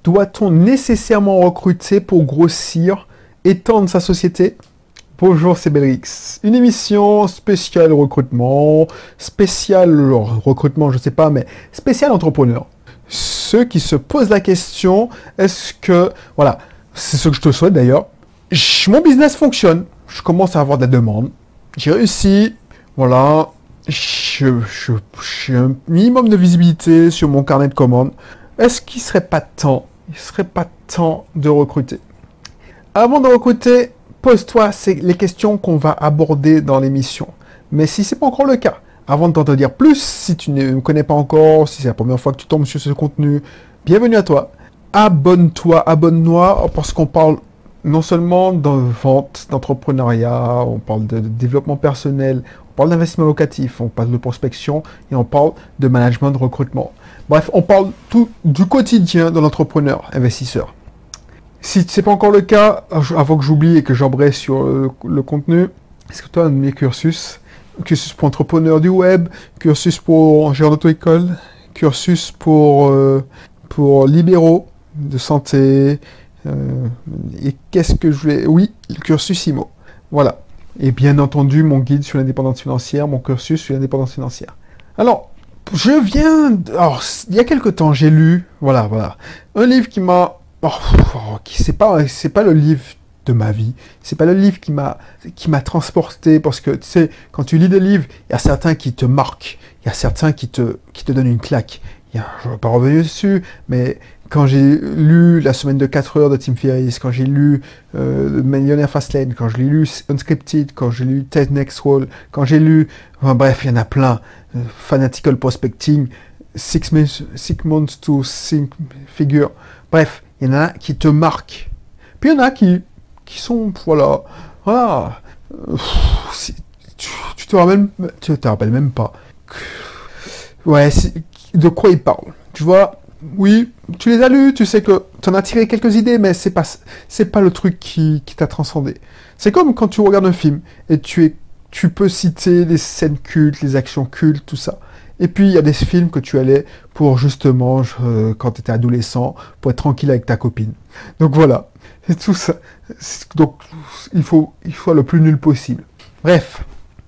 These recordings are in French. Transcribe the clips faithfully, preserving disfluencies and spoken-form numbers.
Doit-on nécessairement recruter pour grossir, étendre sa société? Bonjour, c'est Belrix. Une émission spéciale recrutement, spéciale recrutement, je sais pas, mais spécial entrepreneur. Ceux qui se posent la question, est-ce que, voilà, c'est ce que je te souhaite d'ailleurs, mon business fonctionne, je commence à avoir de la demande, j'ai réussi, voilà, je, je, j'ai un minimum de visibilité sur mon carnet de commandes. Est-ce qu'il serait pas temps, il serait pas temps de recruter? Avant de recruter, pose-toi les questions qu'on va aborder dans l'émission. Mais si c'est pas encore le cas, avant de t'en dire plus, si tu ne me connais pas encore, si c'est la première fois que tu tombes sur ce contenu, bienvenue à toi. Abonne-toi, abonne-moi, parce qu'on parle non seulement de vente, d'entrepreneuriat, on parle de développement personnel, on parle d'investissement locatif, on parle de prospection et on parle de management de recrutement. Bref, on parle tout du quotidien de l'entrepreneur investisseur. Si ce n'est pas encore le cas, avant que j'oublie et que j'embraye sur le, le contenu, est-ce que tu as un de mes cursus? Cursus pour entrepreneur du web, cursus pour gérant d'auto-école, cursus pour, euh, pour libéraux de santé, euh, et qu'est-ce que je vais... Oui, le cursus I M O. Voilà. Et bien entendu, mon guide sur l'indépendance financière, mon cursus sur l'indépendance financière. Alors, je viens... Alors, il y a quelque temps, j'ai lu, voilà, voilà, un livre qui m'a... Oh, oh, c'est pas, c'est pas le livre de ma vie, c'est pas le livre qui m'a, qui m'a transporté, parce que, tu sais, quand tu lis des livres, il y a certains qui te marquent, il y a certains qui te, qui te donnent une claque. Il y a, je ne vais pas revenir dessus, mais quand j'ai lu La semaine de quatre heures de Tim Ferriss, quand j'ai lu euh, Millionaire Fastlane, quand j'ai lu Unscripted, quand j'ai lu ten X Role, quand j'ai lu, enfin, bref, il y en a plein, euh, Fanatical Prospecting, Six, six Months to Think Figure, bref, il y en a qui te marquent. Puis il y en a qui, qui sont, voilà, voilà, euh, si, tu, tu te rappelles, tu te rappelles même pas. Ouais, de quoi ils parlent. Tu vois, oui, tu les as lus, tu sais que tu en as tiré quelques idées, mais c'est pas, c'est pas le truc qui, qui t'a transcendé. C'est comme quand tu regardes un film et tu es, tu peux citer les scènes cultes, les actions cultes, tout ça. Et puis, il y a des films que tu allais pour, justement, euh, quand tu étais adolescent, pour être tranquille avec ta copine. Donc voilà, c'est tout ça. Donc, il faut, il faut le plus nul possible. Bref.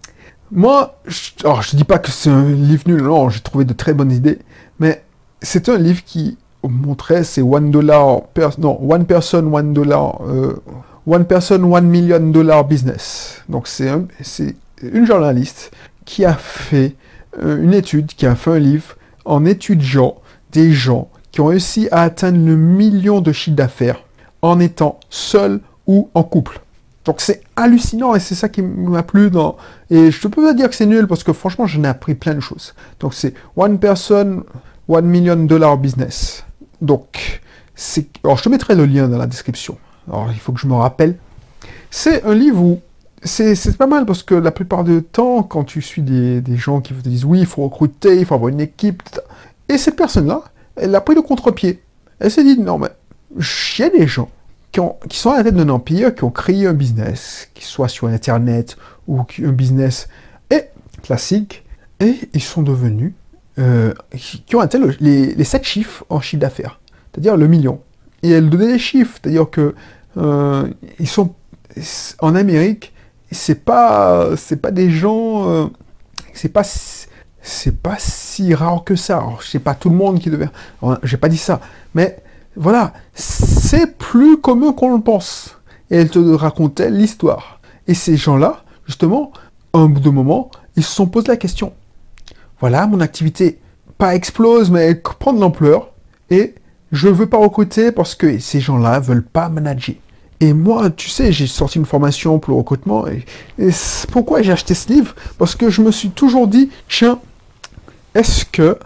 Moi, je, alors, je dis pas que c'est un livre nul, non, j'ai trouvé de très bonnes idées, mais c'est un livre qui montrait ces one dollar, per, non, one person, one dollar, euh, one person, one million dollar business. Donc, c'est un, c'est une journaliste qui a fait une étude, qui a fait un livre en étudiant des gens qui ont réussi à atteindre le million de chiffre d'affaires en étant seuls ou en couple. Donc c'est hallucinant et c'est ça qui m'a plu dans... Et je peux pas dire que c'est nul parce que franchement j'en ai appris plein de choses. Donc c'est One Person, One Million Dollar Business. Donc c'est... Alors je te mettrai le lien dans la description. Alors il faut que je me rappelle. C'est un livre où C'est, c'est pas mal parce que la plupart du temps, quand tu suis des, des gens qui te disent oui, il faut recruter, il faut avoir une équipe, et cette personne-là, elle a pris le contre-pied. Elle s'est dit non, mais il y a des gens qui, ont, qui sont à la tête d'un empire, qui ont créé un business, qui soit sur Internet ou un business et, classique, et ils sont devenus, euh, qui ont atteint le, les, les sept chiffres en chiffre d'affaires, c'est-à-dire le million. Et elle donnait des chiffres, c'est-à-dire que euh, ils sont en Amérique. C'est pas, c'est pas des gens, euh, c'est pas, c'est pas si rare que ça. Alors, c'est pas tout le monde qui devait. Alors, j'ai pas dit ça, mais voilà, c'est plus commun qu'on le pense. Et elle te racontait l'histoire. Et ces gens-là, justement, à un bout de moment, ils se sont posé la question. Voilà, mon activité, pas explose, mais elle prend de l'ampleur. Et je veux pas recruter parce que ces gens-là veulent pas manager. Et moi, tu sais, j'ai sorti une formation pour le recrutement. Et, et pourquoi j'ai acheté ce livre? Parce que je me suis toujours dit, tiens, est-ce que,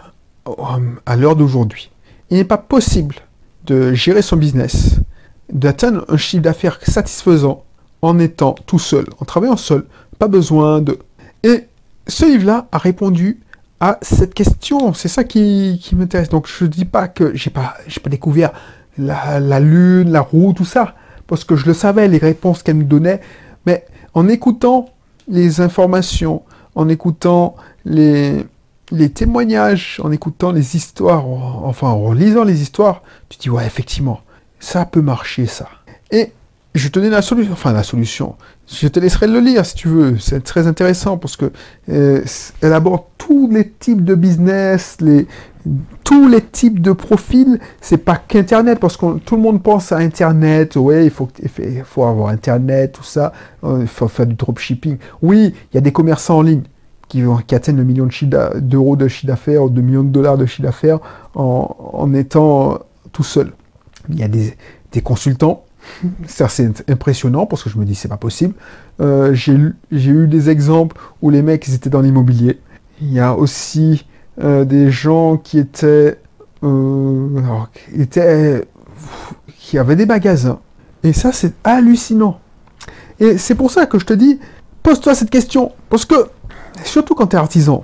à l'heure d'aujourd'hui, il n'est pas possible de gérer son business, d'atteindre un chiffre d'affaires satisfaisant en étant tout seul, en travaillant seul, pas besoin de... Et ce livre-là a répondu à cette question. C'est ça qui, qui m'intéresse. Donc, je ne dis pas que j'ai pas, j'ai pas découvert la, la lune, la roue, tout ça. Parce que je le savais, les réponses qu'elle nous donnait, mais en écoutant les informations, en écoutant les, les témoignages, en écoutant les histoires, enfin en lisant les histoires, tu te dis ouais effectivement, ça peut marcher ça. Et je te donne la solution, enfin la solution. Je te laisserai le lire si tu veux. C'est très intéressant parce que euh, elle aborde tous les types de business, les tous les types de profils. C'est pas qu'Internet parce que tout le monde pense à Internet. Ouais, il faut il faut avoir Internet, tout ça. Il faut faire du dropshipping. Oui, il y a des commerçants en ligne qui, qui atteignent le million d'euros de chiffre d'affaires ou de millions de dollars de chiffre d'affaires en, en étant tout seul. Il y a des, des consultants. Ça, c'est impressionnant parce que je me dis c'est pas possible. Euh, j'ai eu des exemples où les mecs ils étaient dans l'immobilier. Il y a aussi euh, des gens qui étaient, euh, alors, qui étaient qui avaient des magasins. Et ça c'est hallucinant. Et c'est pour ça que je te dis pose-toi cette question parce que surtout quand tu es artisan.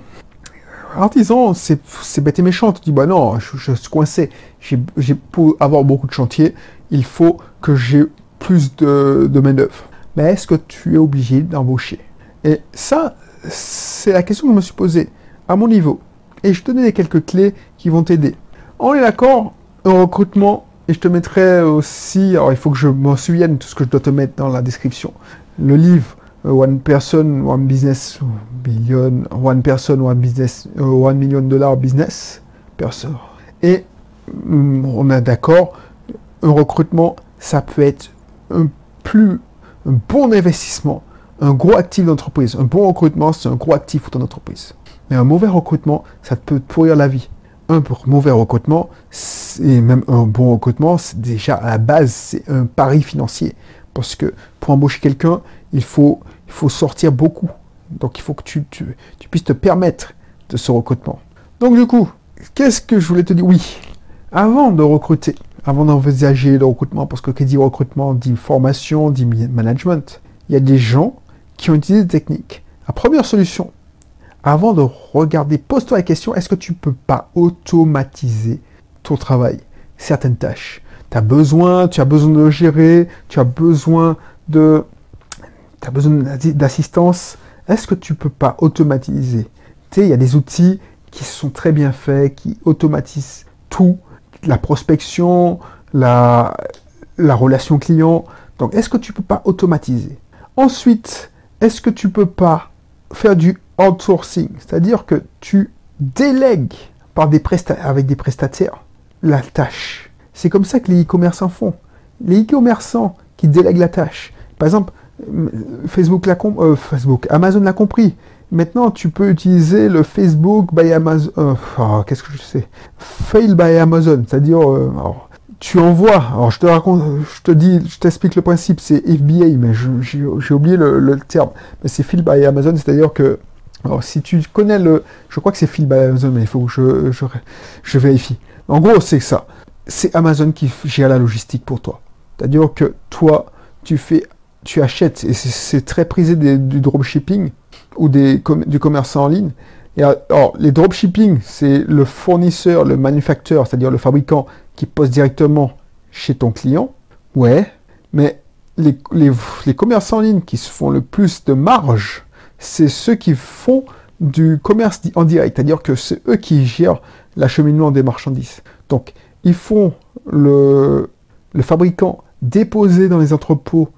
Artisan, c'est bête et méchant. Tu te dis, bah non, je, je suis coincé. J'ai pour avoir beaucoup de chantiers, il faut que j'ai plus de, de main-d'œuvre. Mais est-ce que tu es obligé d'embaucher? Et ça, c'est la question que je me suis posée à mon niveau. Et je te donne quelques clés qui vont t'aider. On est d'accord, un recrutement, et je te mettrai aussi, alors il faut que je m'en souvienne tout ce que je dois te mettre dans la description. Le livre. One person, one business, billion, one person, one business, uh, one million dollar business, personne. Et um, on est d'accord, un recrutement, ça peut être un plus, un bon investissement, un gros actif d'entreprise. Un bon recrutement, c'est un gros actif pour ton entreprise. Mais un mauvais recrutement, ça peut te pourrir la vie. Un mauvais recrutement, et même un bon recrutement, c'est déjà à la base, c'est un pari financier. Parce que pour embaucher quelqu'un, il faut, il faut sortir beaucoup. Donc il faut que tu, tu, tu puisses te permettre de ce recrutement. Donc du coup, qu'est-ce que je voulais te dire? Oui, avant de recruter, avant d'envisager le recrutement, parce que qui dit recrutement dit formation, dit management, il y a des gens qui ont utilisé des techniques. La première solution, avant de regarder, pose-toi la question, est-ce que tu ne peux pas automatiser ton travail, certaines tâches? Tu as besoin, tu as besoin de le gérer, tu as besoin de, tu as besoin d'assistance. Est-ce que tu peux pas automatiser? Tu sais, il y a des outils qui sont très bien faits, qui automatisent tout, la prospection, la, la relation client. Donc, est-ce que tu peux pas automatiser? Ensuite, est-ce que tu peux pas faire du outsourcing? C'est-à-dire que tu délègues par des presta- avec des prestataires la tâche. C'est comme ça que les e-commerçants font. Les e-commerçants qui délèguent la tâche. Par exemple, Facebook, l'a euh, Facebook Amazon l'a compris. Maintenant, tu peux utiliser le Facebook by Amazon. Euh, oh, Qu'est-ce que je sais? Fail by Amazon. C'est-à-dire, euh, tu envoies. Alors, je te raconte, je te dis, je t'explique le principe. C'est F B A, mais j'ai oublié le, le terme. Mais c'est fail by Amazon. C'est-à-dire que, alors, si tu connais le, je crois que c'est fail by Amazon, mais il faut que je, je, je vérifie. En gros, c'est ça. C'est Amazon qui gère la logistique pour toi. C'est-à-dire que toi, tu fais, tu achètes, et c'est très prisé des, du dropshipping ou des, du commerce en ligne. Et alors, les dropshipping, c'est le fournisseur, le manufacteur, c'est-à-dire le fabricant qui pose directement chez ton client. Ouais, mais les, les, les commerçants en ligne qui se font le plus de marge, c'est ceux qui font du commerce en direct. C'est-à-dire que c'est eux qui gèrent l'acheminement des marchandises. Donc, ils font le, le fabricant déposer dans les entrepôts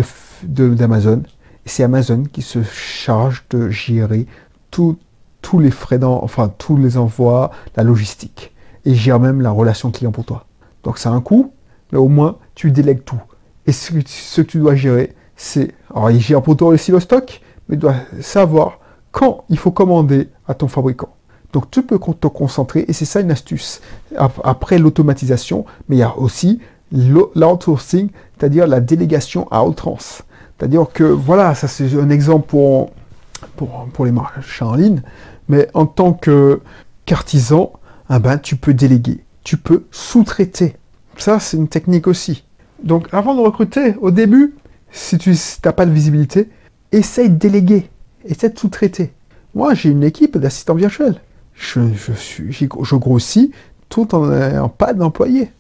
d'Amazon. De, et c'est Amazon qui se charge de gérer tous les frais, dans, enfin tous les envois, la logistique. Et gère même la relation client pour toi. Donc ça a un coût, mais au moins tu délègues tout. Et ce, ce que tu dois gérer, c'est... Alors il gère pour toi aussi le stock, mais il doit savoir quand il faut commander à ton fabricant. Donc tu peux te concentrer, et c'est ça une astuce. Après l'automatisation, mais il y a aussi l'outsourcing, c'est-à-dire la délégation à outrance. C'est-à-dire que, voilà, ça c'est un exemple pour, pour, pour les marchands en ligne, mais en tant qu'artisan, eh ben, tu peux déléguer, tu peux sous-traiter. Ça, c'est une technique aussi. Donc avant de recruter, au début, si tu n'as pas de visibilité, essaye de déléguer, essaye de sous-traiter. Moi, j'ai une équipe d'assistants virtuels. Je, je, suis, je grossis tout en n'ayant pas d'employés.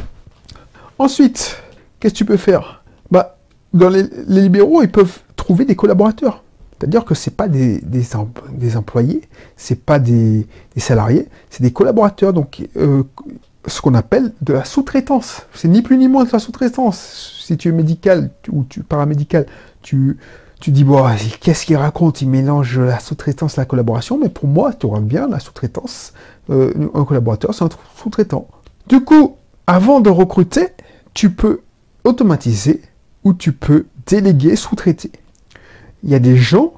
Ensuite, qu'est-ce que tu peux faire? Bah, dans les, les libéraux, ils peuvent trouver des collaborateurs. C'est-à-dire que c'est pas des, des, em des employés, c'est pas des, des salariés, c'est des collaborateurs, donc euh, ce qu'on appelle de la sous-traitance. C'est ni plus ni moins que la sous-traitance. Si tu es médical ou tu paramédical, tu, tu dis, bon, qu'est-ce qu'il raconte? Il mélange la sous-traitance et la collaboration, mais pour moi, tu auras bien la sous-traitance. Euh, un collaborateur, c'est un sous-traitant. Du coup, avant de recruter, tu peux automatiser ou tu peux déléguer, sous-traiter. Il y a des gens,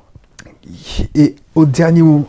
et au dernier moment,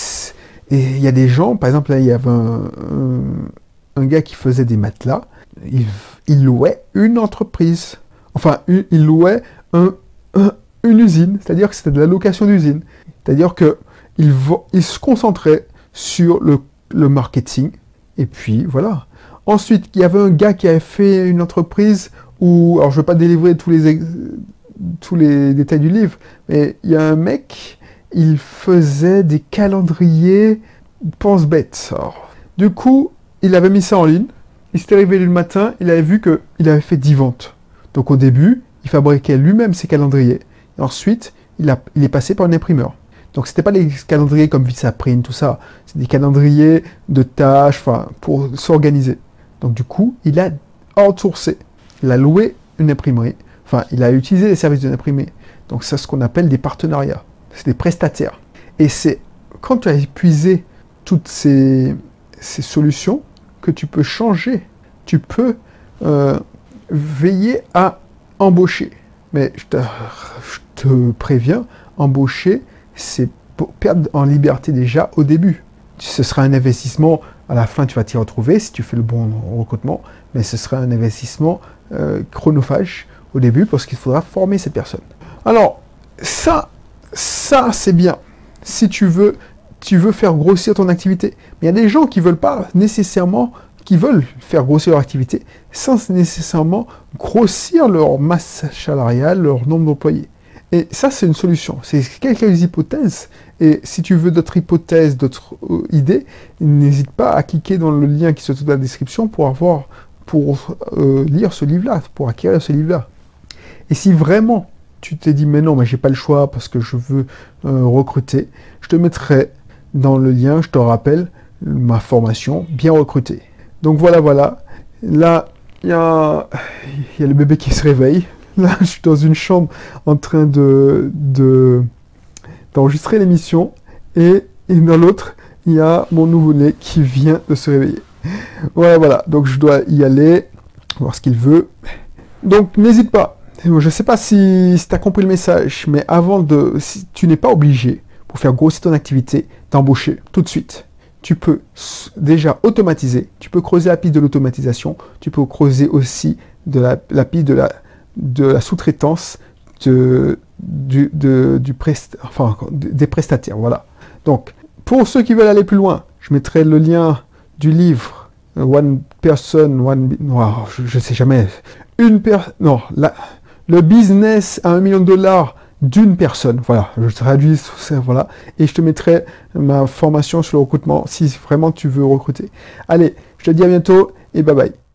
et il y a des gens, par exemple, là, il y avait un, un, un gars qui faisait des matelas, il, il louait une entreprise, enfin, une, il louait un, un, une usine, c'est-à-dire que c'était de la location d'usine, c'est-à-dire qu'il il se concentrait sur le, le marketing, et puis voilà. Ensuite, il y avait un gars qui avait fait une entreprise où, alors je ne vais pas délivrer tous les, tous les détails du livre, mais il y a un mec, il faisait des calendriers pense-bête. Du coup, il avait mis ça en ligne, il s'était réveillé le matin, il avait vu qu'il avait fait dix ventes. Donc au début, il fabriquait lui-même ses calendriers, et ensuite, il, a, il est passé par un imprimeur. Donc c'était pas des calendriers comme VisaPrint, tout ça, c'est des calendriers de tâches, enfin, pour s'organiser. Donc du coup, il a outsourcé, il a loué une imprimerie, enfin, il a utilisé les services d'une imprimerie. Donc c'est ce qu'on appelle des partenariats, c'est des prestataires. Et c'est quand tu as épuisé toutes ces, ces solutions que tu peux changer, tu peux euh, veiller à embaucher. Mais je te, je te préviens, embaucher, c'est pour perdre en liberté déjà au début. Ce sera un investissement, à la fin tu vas t'y retrouver si tu fais le bon recrutement, mais ce sera un investissement euh, chronophage au début parce qu'il faudra former cette personne. Alors, ça, ça c'est bien. Si tu veux, tu veux faire grossir ton activité. Mais il y a des gens qui veulent pas nécessairement, qui veulent faire grossir leur activité sans nécessairement grossir leur masse salariale, leur nombre d'employés. Et ça, c'est une solution. C'est quelques hypothèses. Et si tu veux d'autres hypothèses, d'autres euh, idées, n'hésite pas à cliquer dans le lien qui se trouve dans la description pour avoir, pour euh, lire ce livre-là, pour acquérir ce livre-là. Et si vraiment tu t'es dit, mais non, mais j'ai pas le choix parce que je veux euh, recruter, je te mettrai dans le lien, je te rappelle, ma formation bien recrutée. Donc voilà, voilà. Là, il y a, y a le bébé qui se réveille. Là, je suis dans une chambre en train de, de, d'enregistrer l'émission. Et, et dans l'autre, il y a mon nouveau-né qui vient de se réveiller. Voilà, voilà. Donc, je dois y aller, voir ce qu'il veut. Donc, n'hésite pas. Je ne sais pas si, si tu as compris le message, mais avant de... Si tu n'es pas obligé, pour faire grossir ton activité, d'embaucher tout de suite. Tu peux déjà automatiser. Tu peux creuser la piste de l'automatisation. Tu peux creuser aussi de la, la piste de la... de la sous-traitance de, du, de, du prest, enfin, des prestataires. Voilà. Donc, pour ceux qui veulent aller plus loin, je mettrai le lien du livre One Person, One... Non, je ne sais jamais. Une personne... Non, la, le business à un million de dollars d'une personne. Voilà, je traduis ça, voilà. Et je te mettrai ma formation sur le recrutement si vraiment tu veux recruter. Allez, je te dis à bientôt et bye bye.